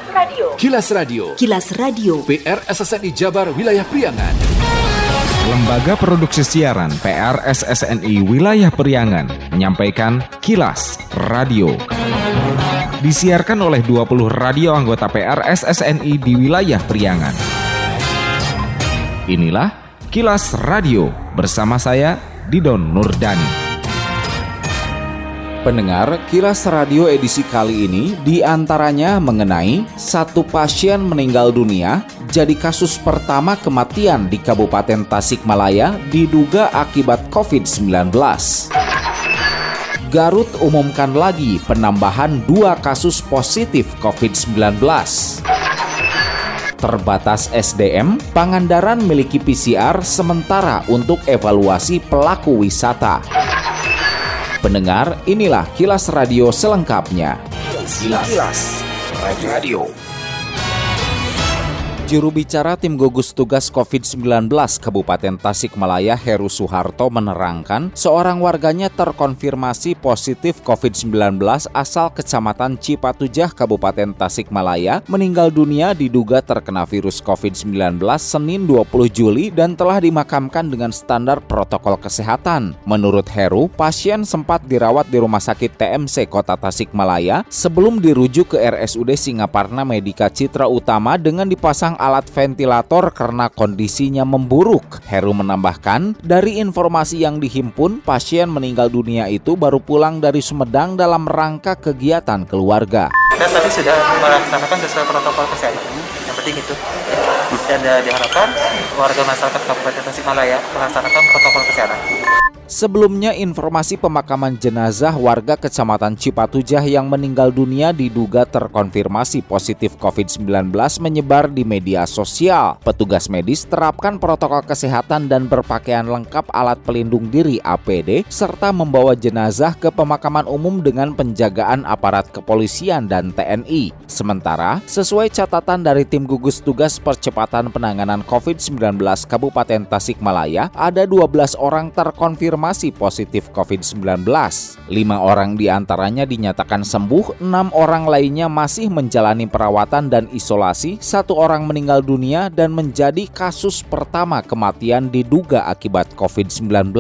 Radio. Kilas Radio. Kilas Radio. PR SSNI Jabar Wilayah Priangan. Lembaga Produksi Siaran PR SSNI Wilayah Priangan menyampaikan Kilas Radio. Disiarkan oleh 20 radio anggota PR SSNI di wilayah Priangan. Inilah Kilas Radio bersama saya Didon Nurdani. Pendengar, Kilas Radio edisi kali ini diantaranya mengenai satu pasien meninggal dunia jadi kasus pertama kematian di Kabupaten Tasikmalaya diduga akibat COVID-19. Garut umumkan lagi penambahan 2 kasus positif COVID-19. Terbatas SDM, Pangandaran miliki PCR sementara untuk evaluasi pelaku wisata. Pendengar, inilah Kilas Radio selengkapnya. Kilas Radio. Juru bicara Tim Gugus Tugas COVID-19 Kabupaten Tasikmalaya Heru Suharto menerangkan seorang warganya terkonfirmasi positif COVID-19 asal Kecamatan Cipatujah Kabupaten Tasikmalaya meninggal dunia diduga terkena virus COVID-19 Senin 20 Juli dan telah dimakamkan dengan standar protokol kesehatan. Menurut Heru, pasien sempat dirawat di Rumah Sakit TMC Kota Tasikmalaya sebelum dirujuk ke RSUD Singaparna Medika Citra Utama dengan dipasang alat ventilator karena kondisinya memburuk. Heru menambahkan, dari informasi yang dihimpun, pasien meninggal dunia itu baru pulang dari Sumedang dalam rangka kegiatan keluarga. Dan tadi sudah melaksanakan sesuai protokol kesehatan. Yang penting itu. Dan diharapkan warga masyarakat Kabupaten Tasikmalaya melaksanakan protokol kesehatan. Sebelumnya, informasi pemakaman jenazah warga Kecamatan Cipatujah yang meninggal dunia diduga terkonfirmasi positif COVID-19 menyebar di media sosial. Petugas medis terapkan protokol kesehatan dan berpakaian lengkap alat pelindung diri APD serta membawa jenazah ke pemakaman umum dengan penjagaan aparat kepolisian dan TNI. Sementara, sesuai catatan dari Tim Gugus Tugas Percepatan Penanganan COVID-19 Kabupaten Tasikmalaya, ada 12 orang terkonfirmasi positif COVID-19. 5 orang diantaranya dinyatakan sembuh, 6 orang lainnya masih menjalani perawatan dan isolasi, 1 orang meninggal dunia dan menjadi kasus pertama kematian diduga akibat COVID-19.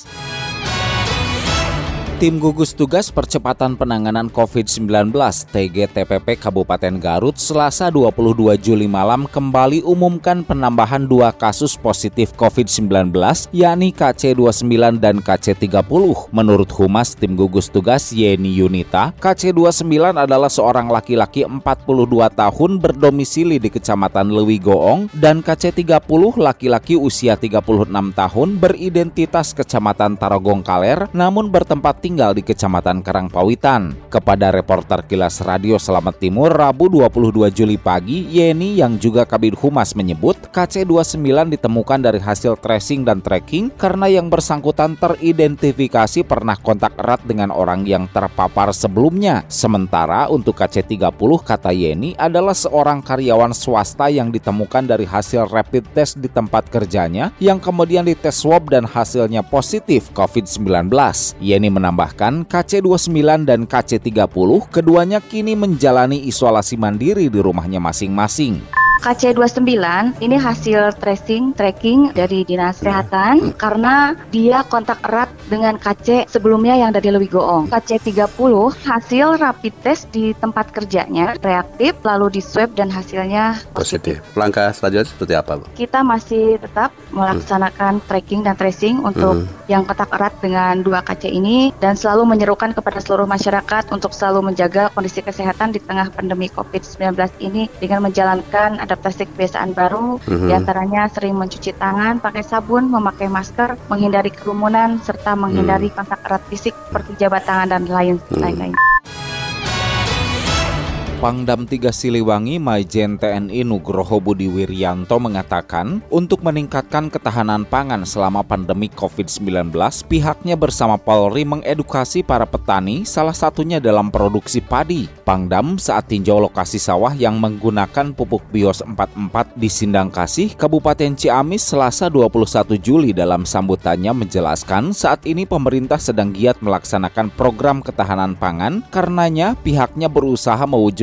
Tim Gugus Tugas Percepatan Penanganan COVID-19 TGTPP Kabupaten Garut Selasa 22 Juli malam kembali umumkan penambahan 2 kasus positif COVID-19 yakni KC29 dan KC30. Menurut Humas Tim Gugus Tugas Yeni Yunita, KC29 adalah seorang laki-laki 42 tahun berdomisili di Kecamatan Lewi Goong dan KC30 laki-laki usia 36 tahun beridentitas Kecamatan Tarogong Kaler namun bertempat tinggal di Kecamatan Karangpawitan. Kepada reporter Kilas Radio Selamat Timur Rabu 22 Juli pagi, Yeni yang juga Kabid Humas menyebut KC29 ditemukan dari hasil tracing dan tracking karena yang bersangkutan teridentifikasi pernah kontak erat dengan orang yang terpapar sebelumnya. Sementara untuk KC30 kata Yeni adalah seorang karyawan swasta yang ditemukan dari hasil rapid test di tempat kerjanya yang kemudian dites swab dan hasilnya positif COVID-19. Yeni menambahkan KC29 dan KC30 keduanya kini menjalani isolasi mandiri di rumahnya masing-masing. KC29 ini hasil tracking dari Dinas Kesehatan karena dia kontak erat dengan KC sebelumnya yang dari Lewi Goong. KC30 hasil rapid test di tempat kerjanya reaktif lalu di swab dan hasilnya positif. Langkah selanjutnya seperti apa, Bu? Kita masih tetap melaksanakan tracking dan tracing untuk yang kontak erat dengan 2 KC ini dan selalu menyerukan kepada seluruh masyarakat untuk selalu menjaga kondisi kesehatan di tengah pandemi COVID-19 ini dengan menjalankan adaptasi kebiasaan baru, diantaranya sering mencuci tangan, pakai sabun, memakai masker, menghindari kerumunan, serta menghindari kontak erat fisik seperti jabat tangan dan lain-lain. Pangdam 3 Siliwangi Maijen TNI Nugroho Budi Wiryanto mengatakan untuk meningkatkan ketahanan pangan selama pandemi COVID-19, pihaknya bersama Polri mengedukasi para petani, salah satunya dalam produksi padi. Pangdam saat tinjau lokasi sawah yang menggunakan pupuk Bios 44 di Sindangkasih, Kabupaten Ciamis Selasa 21 Juli dalam sambutannya menjelaskan saat ini pemerintah sedang giat melaksanakan program ketahanan pangan, karenanya pihaknya berusaha mewujudkan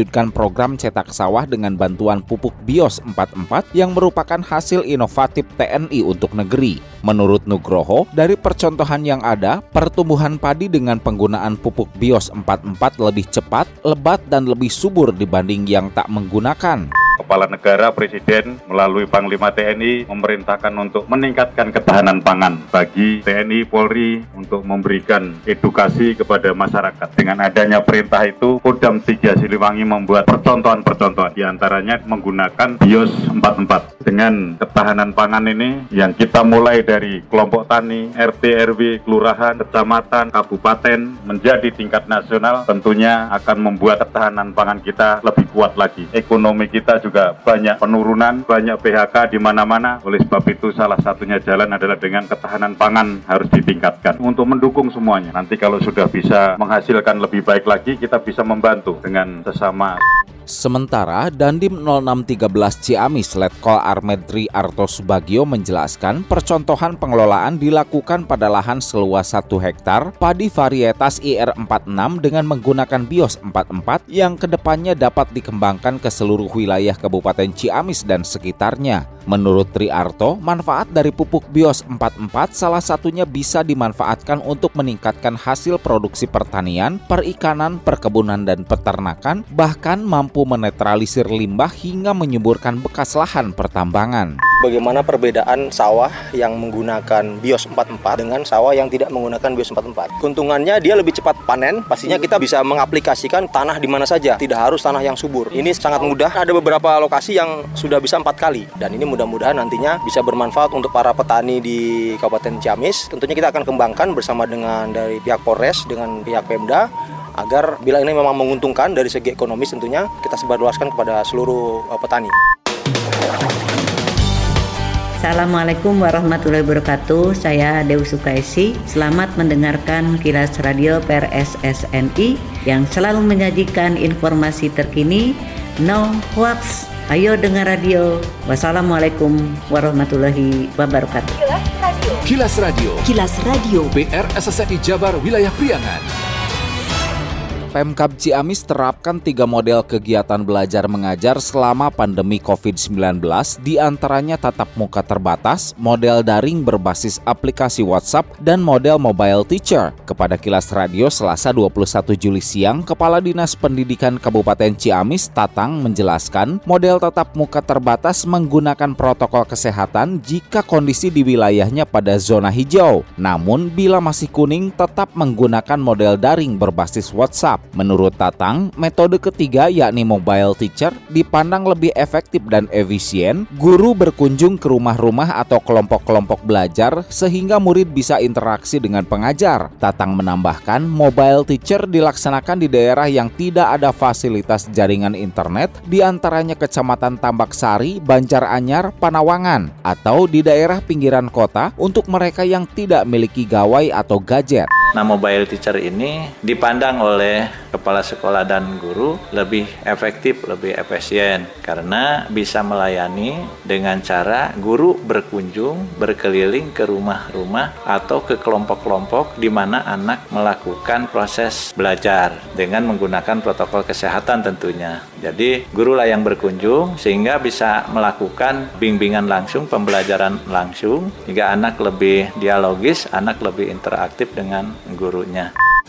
mewujudkan program cetak sawah dengan bantuan pupuk BIOS 44 yang merupakan hasil inovatif TNI untuk negeri. Menurut Nugroho, dari percontohan yang ada, pertumbuhan padi dengan penggunaan pupuk BIOS 44 lebih cepat, lebat, dan lebih subur dibanding yang tak menggunakan. Kepala Negara, Presiden melalui Panglima TNI memerintahkan untuk meningkatkan ketahanan pangan bagi TNI Polri untuk memberikan edukasi kepada masyarakat. Dengan adanya perintah itu, Kodam 3 Siliwangi membuat percontohan-percontohan, diantaranya menggunakan BIOS 44. Dengan ketahanan pangan ini yang kita mulai dari kelompok tani, RT, RW, kelurahan, kecamatan, kabupaten menjadi tingkat nasional, tentunya akan membuat ketahanan pangan kita lebih kuat lagi. Ekonomi kita juga banyak penurunan, banyak PHK di mana-mana. Oleh sebab itu salah satunya jalan adalah dengan ketahanan pangan harus ditingkatkan untuk mendukung semuanya. Nanti kalau sudah bisa menghasilkan lebih baik lagi, kita bisa membantu dengan sesama. Sementara Dandim 0613 Ciamis Letkol Armed Tri Arto Subagio menjelaskan percontohan pengelolaan dilakukan pada lahan seluas 1 hektar padi varietas IR46 dengan menggunakan BIOS 44 yang kedepannya dapat dikembangkan ke seluruh wilayah Kabupaten Ciamis dan sekitarnya. Menurut Tri Arto, manfaat dari pupuk BIOS 44 salah satunya bisa dimanfaatkan untuk meningkatkan hasil produksi pertanian, perikanan, perkebunan, dan peternakan, bahkan mampu menetralisir limbah hingga menyuburkan bekas lahan pertambangan. Bagaimana perbedaan sawah yang menggunakan BIOS 44 dengan sawah yang tidak menggunakan BIOS 44? Keuntungannya dia lebih cepat panen, pastinya kita bisa mengaplikasikan tanah di mana saja, tidak harus tanah yang subur. Ini sangat mudah, ada beberapa lokasi yang sudah bisa 4 kali, dan ini mudah-mudahan nantinya bisa bermanfaat untuk para petani di Kabupaten Ciamis. Tentunya kita akan kembangkan bersama dengan dari pihak Polres, dengan pihak Pemda, agar bila ini memang menguntungkan dari segi ekonomis tentunya kita sebarluaskan kepada seluruh petani. Assalamualaikum warahmatullahi wabarakatuh. Saya Dewi Sukaisi. Selamat mendengarkan Kilas Radio PRSSNI yang selalu menyajikan informasi terkini, no hoax. Ayo dengar radio. Wassalamualaikum warahmatullahi wabarakatuh. Kilas Radio. Kilas Radio. PRSSNI Jabar Wilayah Priangan. Pemkab Ciamis terapkan 3 model kegiatan belajar mengajar selama pandemi COVID-19, diantaranya tatap muka terbatas, model daring berbasis aplikasi WhatsApp, dan model mobile teacher. Kepada Kilas Radio Selasa 21 Juli siang, Kepala Dinas Pendidikan Kabupaten Ciamis, Tatang, menjelaskan model tatap muka terbatas menggunakan protokol kesehatan jika kondisi di wilayahnya pada zona hijau. Namun, bila masih kuning, tetap menggunakan model daring berbasis WhatsApp. Menurut Tatang, metode ketiga yakni mobile teacher dipandang lebih efektif dan efisien. Guru berkunjung ke rumah-rumah atau kelompok-kelompok belajar sehingga murid bisa interaksi dengan pengajar. Tatang menambahkan, mobile teacher dilaksanakan di daerah yang tidak ada fasilitas jaringan internet, diantaranya Kecamatan Tambak Sari, Banjaranyar, Panawangan, atau di daerah pinggiran kota untuk mereka yang tidak memiliki gawai atau gadget. Nah, mobile teacher ini dipandang oleh kepala sekolah dan guru lebih efektif, lebih efisien karena bisa melayani dengan cara guru berkunjung, berkeliling ke rumah-rumah atau ke kelompok-kelompok di mana anak melakukan proses belajar dengan menggunakan protokol kesehatan tentunya. Jadi, gurulah yang berkunjung sehingga bisa melakukan bimbingan langsung, pembelajaran langsung hingga anak lebih dialogis, anak lebih interaktif dengan gurunya.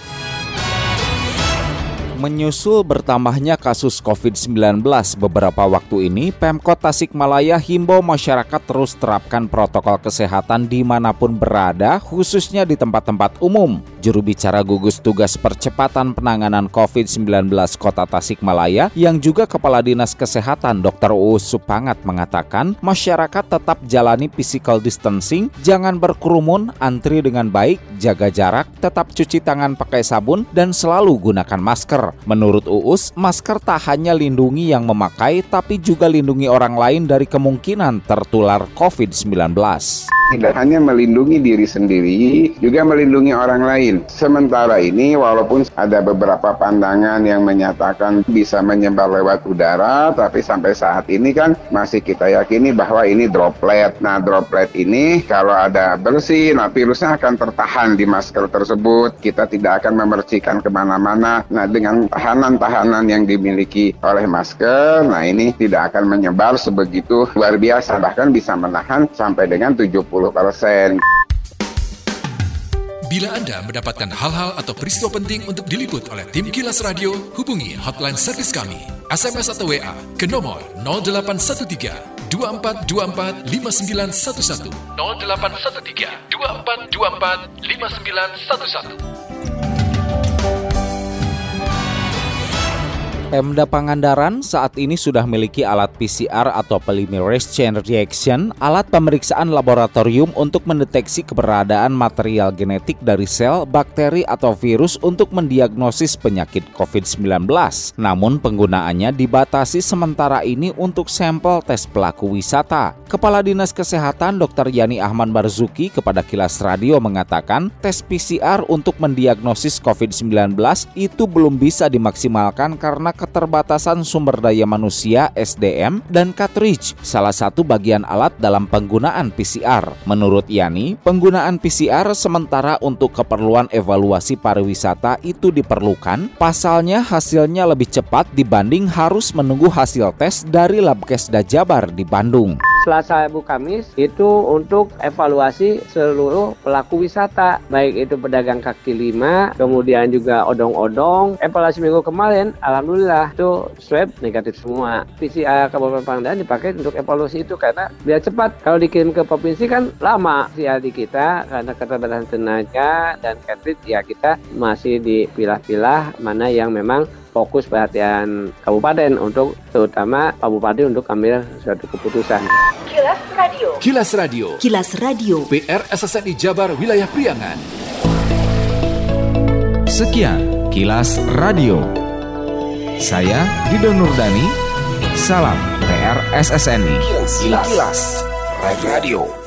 Menyusul bertambahnya kasus COVID-19 beberapa waktu ini, Pemkot Tasikmalaya himbau masyarakat terus terapkan protokol kesehatan dimanapun berada, khususnya di tempat-tempat umum. Juru bicara gugus tugas percepatan penanganan COVID-19 Kota Tasikmalaya yang juga Kepala Dinas Kesehatan Dr. Uus Supangat mengatakan, masyarakat tetap jalani physical distancing, jangan berkerumun, antri dengan baik, jaga jarak, tetap cuci tangan pakai sabun, dan selalu gunakan masker. Menurut Uus, masker tak hanya lindungi yang memakai, tapi juga lindungi orang lain dari kemungkinan tertular COVID-19. Tidak hanya melindungi diri sendiri, juga melindungi orang lain. Sementara ini, walaupun ada beberapa pandangan yang menyatakan bisa menyebar lewat udara, tapi sampai saat ini kan masih kita yakini bahwa ini droplet. Nah, droplet ini kalau ada bersih, nah virusnya akan tertahan di masker tersebut. Kita tidak akan memercikan kemana-mana. Nah, dengan tahanan-tahanan yang dimiliki oleh masker, nah ini tidak akan menyebar sebegitu luar biasa. Bahkan bisa menahan sampai dengan 70%. Bila Anda mendapatkan hal-hal atau peristiwa penting untuk diliput oleh tim Kilas Radio, hubungi hotline servis kami. SMS atau WA ke nomor 0813 2424 5911 0813 2424 5911. Pemda Pangandaran saat ini sudah memiliki alat PCR atau polymerase chain reaction, alat pemeriksaan laboratorium untuk mendeteksi keberadaan material genetik dari sel, bakteri, atau virus untuk mendiagnosis penyakit COVID-19. Namun penggunaannya dibatasi sementara ini untuk sampel tes pelaku wisata. Kepala Dinas Kesehatan Dr. Yani Ahmad Marzuki kepada Kilas Radio mengatakan tes PCR untuk mendiagnosis COVID-19 itu belum bisa dimaksimalkan karena keterbatasan sumber daya manusia (SDM) dan cartridge, salah satu bagian alat dalam penggunaan PCR. Menurut Yani, penggunaan PCR sementara untuk keperluan evaluasi pariwisata itu diperlukan, pasalnya hasilnya lebih cepat dibanding harus menunggu hasil tes dari Labkesda Jabar di Bandung. Selasa, Rabu, Kamis itu untuk evaluasi seluruh pelaku wisata, baik itu pedagang kaki lima, kemudian juga odong-odong. Evaluasi minggu kemarin, alhamdulillah itu swab negatif semua. PCR Kabupaten Pangandaran dipakai untuk evaluasi itu karena biar cepat. Kalau dikirim ke provinsi kan lama PCR di kita karena keterbatasan tenaga dan cartridge, ya kita masih dipilah-pilah mana yang memang fokus perhatian kabupaten untuk terutama kabupaten untuk ambil suatu keputusan. Kilas Radio. Kilas Radio. Kilas Radio. PR SSNI Jabar Wilayah Priangan. Sekian Kilas Radio. Saya Dido Nurdani. Salam PR SSNI. Kilas Radio.